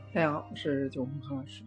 大家好，我是九红何老师。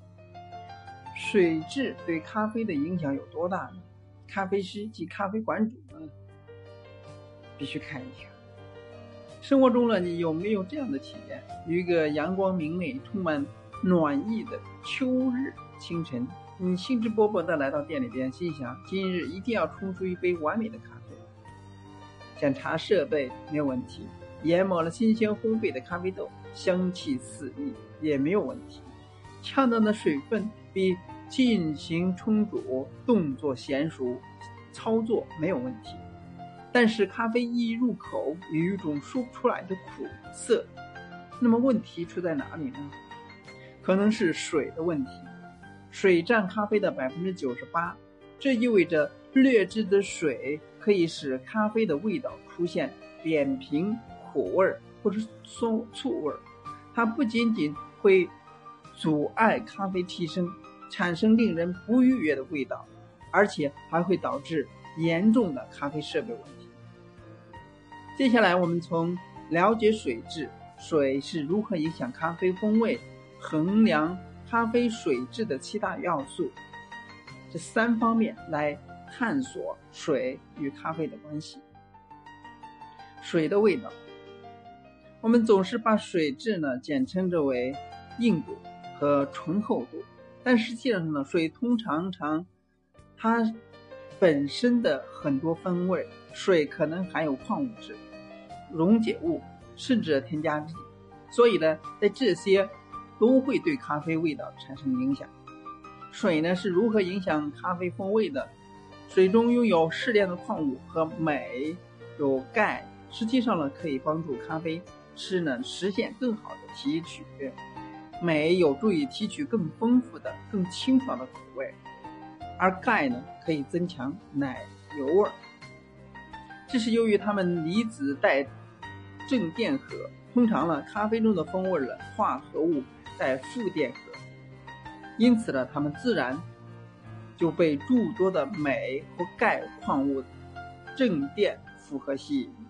水质对咖啡的影响有多大呢？咖啡师及咖啡馆主呢，必须看一看。生活中呢，你有没有这样的体验？有一个阳光明媚、充满暖意的秋日清晨，你兴致勃勃地来到店里边，心想今日一定要冲出一杯完美的咖啡。检查设备没有问题，研磨了新鲜烘焙的咖啡豆，香气四溢也没有问题，恰当的水分比进行冲煮，动作娴熟，操作没有问题。但是咖啡一入口有一种说不出来的苦涩，那么问题出在哪里呢？可能是水的问题。水占咖啡的 98%， 这意味着劣质的水可以使咖啡的味道出现扁平、苦味或者醋味。它不仅仅会阻碍咖啡提升，产生令人不愉悦的味道，而且还会导致严重的咖啡设备问题。接下来我们从了解水质、水是如何影响咖啡风味、衡量咖啡水质的7大要素这3方面来探索水与咖啡的关系。水的味道，我们总是把水质呢简称之为硬度和醇厚度，但实际上呢，水通常它本身的很多风味，水可能含有矿物质、溶解物甚至添加剂，所以呢，在这些都会对咖啡味道产生影响。水呢是如何影响咖啡风味的？水中拥有适量的矿物和镁，有钙，实际上呢可以帮助咖啡师呢实现更好的提取。镁有助于提取更丰富的、更清爽的口味，而钙呢可以增强奶油味。这是由于它们离子带正电荷，通常呢咖啡中的风味的化合物带负电荷，因此呢它们自然就被诸多的镁或钙矿物正电负荷吸引。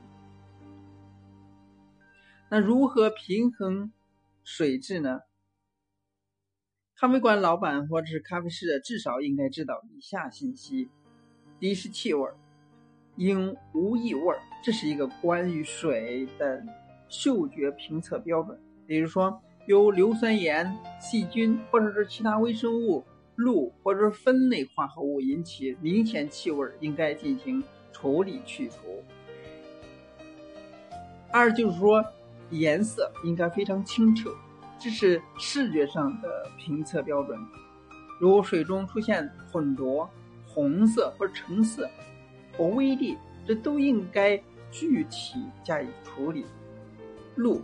那如何平衡水质呢？咖啡馆老板或者是咖啡师至少应该知道以下信息：第一是气味，应无异味，这是一个关于水的嗅觉评测标准。比如说由硫酸盐、细菌或者是其他微生物、氯或者是酚类化合物引起明显气味，应该进行处理去除。二就是说颜色应该非常清澈，这是视觉上的评测标准。如水中出现混浊、红色或者橙色或微粒，这都应该具体加以处理。氯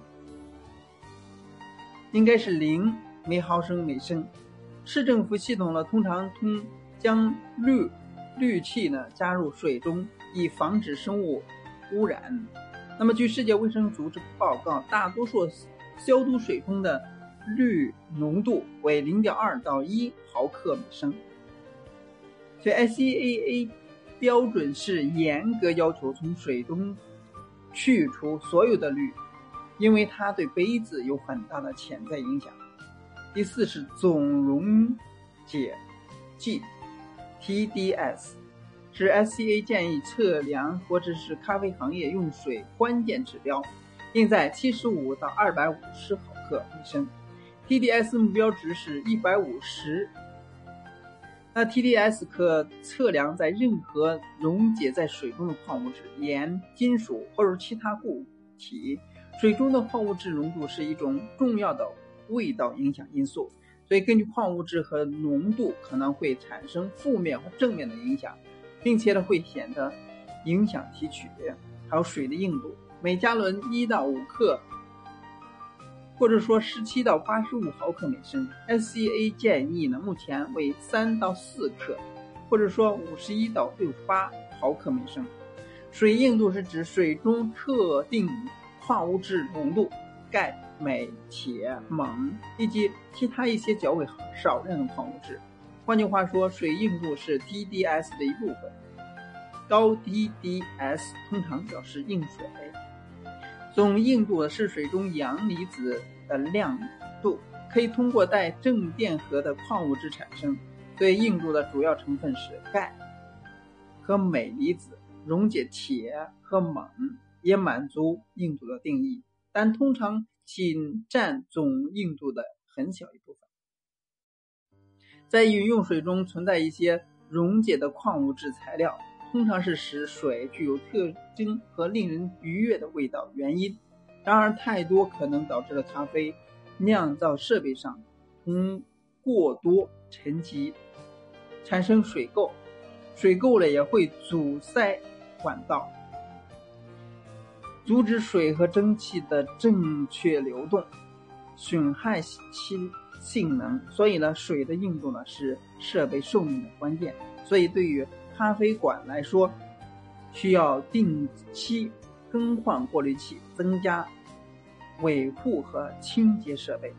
应该是0每毫升每升。市政府系统呢，通常将氯气呢加入水中，以防止生物污染。那么据世界卫生组织报告，大多数消毒水中的氯浓度为 0.2 到1毫克每升。所以 ICAA 标准是严格要求从水中去除所有的氯，因为它对杯子有很大的潜在影响。第4是总溶解剂 TDS， 是 SCA 建议测量或者是咖啡行业用水关键指标，应在75到250毫克每升。TDS 目标值是150。那 TDS 可测量在任何溶解在水中的矿物质、盐、金属或者其他固体。水中的矿物质浓度是一种重要的味道影响因素，所以根据矿物质和浓度可能会产生负面或正面的影响，并且呢会显得影响提取。还有水的硬度，每加仑1到5克，或者说17到85毫克每升。 SCA 建议呢目前为3到4克，或者说51到68毫克每升。水硬度是指水中特定矿物质浓度，钙、镁、铁、锰以及其他一些较为少量的矿物质。换句话说，水硬度是 TDS 的一部分，高 TDS 通常表示硬水。总硬度是水中阳离子的亮度， 可以通过带正电荷的矿物质产生，所以硬度的主要成分是钙和镁离子，溶解铁和锰也满足硬度的定义，但通常仅占总硬度的很小一部分。在饮用水中存在一些溶解的矿物质材料，通常是使水具有特征和令人愉悦的味道原因。然而太多可能导致了咖啡酿造设备上过多沉积，产生水垢，水垢了也会阻塞管道，阻止水和蒸汽的正确流动，损害其性能。所以呢，水的硬度呢是设备寿命的关键。所以对于咖啡馆来说，需要定期更换过滤器，增加维护和清洁设备。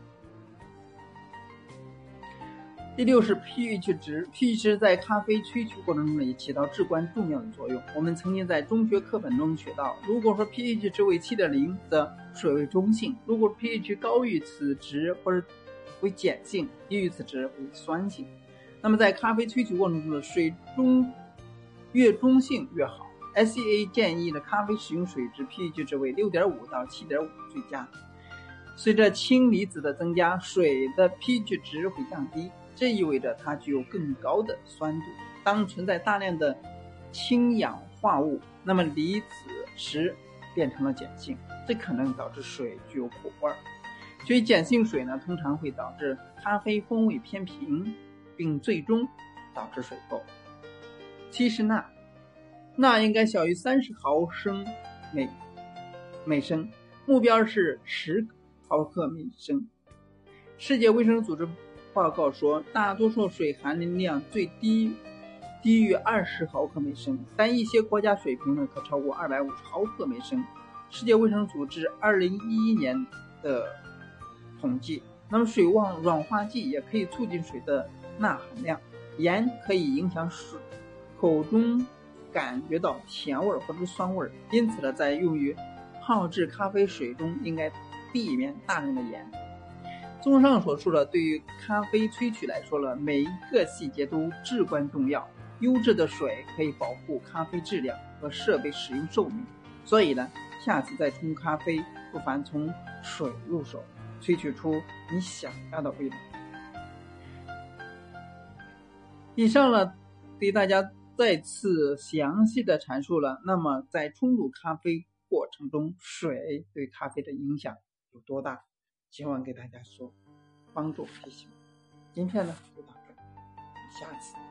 第六是 pH 值。 pH 值在咖啡萃取过程中也起到至关重要的作用。我们曾经在中学课本中学到，如果说 pH 值为 7.0 则水为中性，如果 pH 高于此值或者为碱性，低于此值为酸性。那么在咖啡萃取过程中的水中越中性越好。 SCA 建议的咖啡使用水质 pH 值为 6.5 到 7.5 最佳。随着氢离子的增加，水的 pH 值会降低，这意味着它具有更高的酸度。当存在大量的氢氧化物，那么离子时变成了碱性，这可能导致水具有苦味。所以碱性水呢，通常会导致咖啡风味偏平，并最终导致水垢。七是钠，钠应该小于30毫升每升，目标是10毫克每升。世界卫生组织报告说，大多数水含量最低于20毫克每升，但一些国家水平呢可超过250毫克每升。世界卫生组织2011年的统计，那么水软化剂也可以促进水的钠含量，盐可以影响水口中感觉到甜味或者酸味，因此呢，在用于泡制咖啡水中应该避免大量的盐。综上所述的，对于咖啡萃取来说了，每一个细节都至关重要。优质的水可以保护咖啡质量和设备使用寿命，所以呢，下次再冲咖啡，不妨从水入手，萃取出你想要的味道。以上呢，给大家再次详细的阐述了，那么在冲煮咖啡过程中，水对咖啡的影响有多大？希望给大家说帮助提醒。今天呢就到这，下次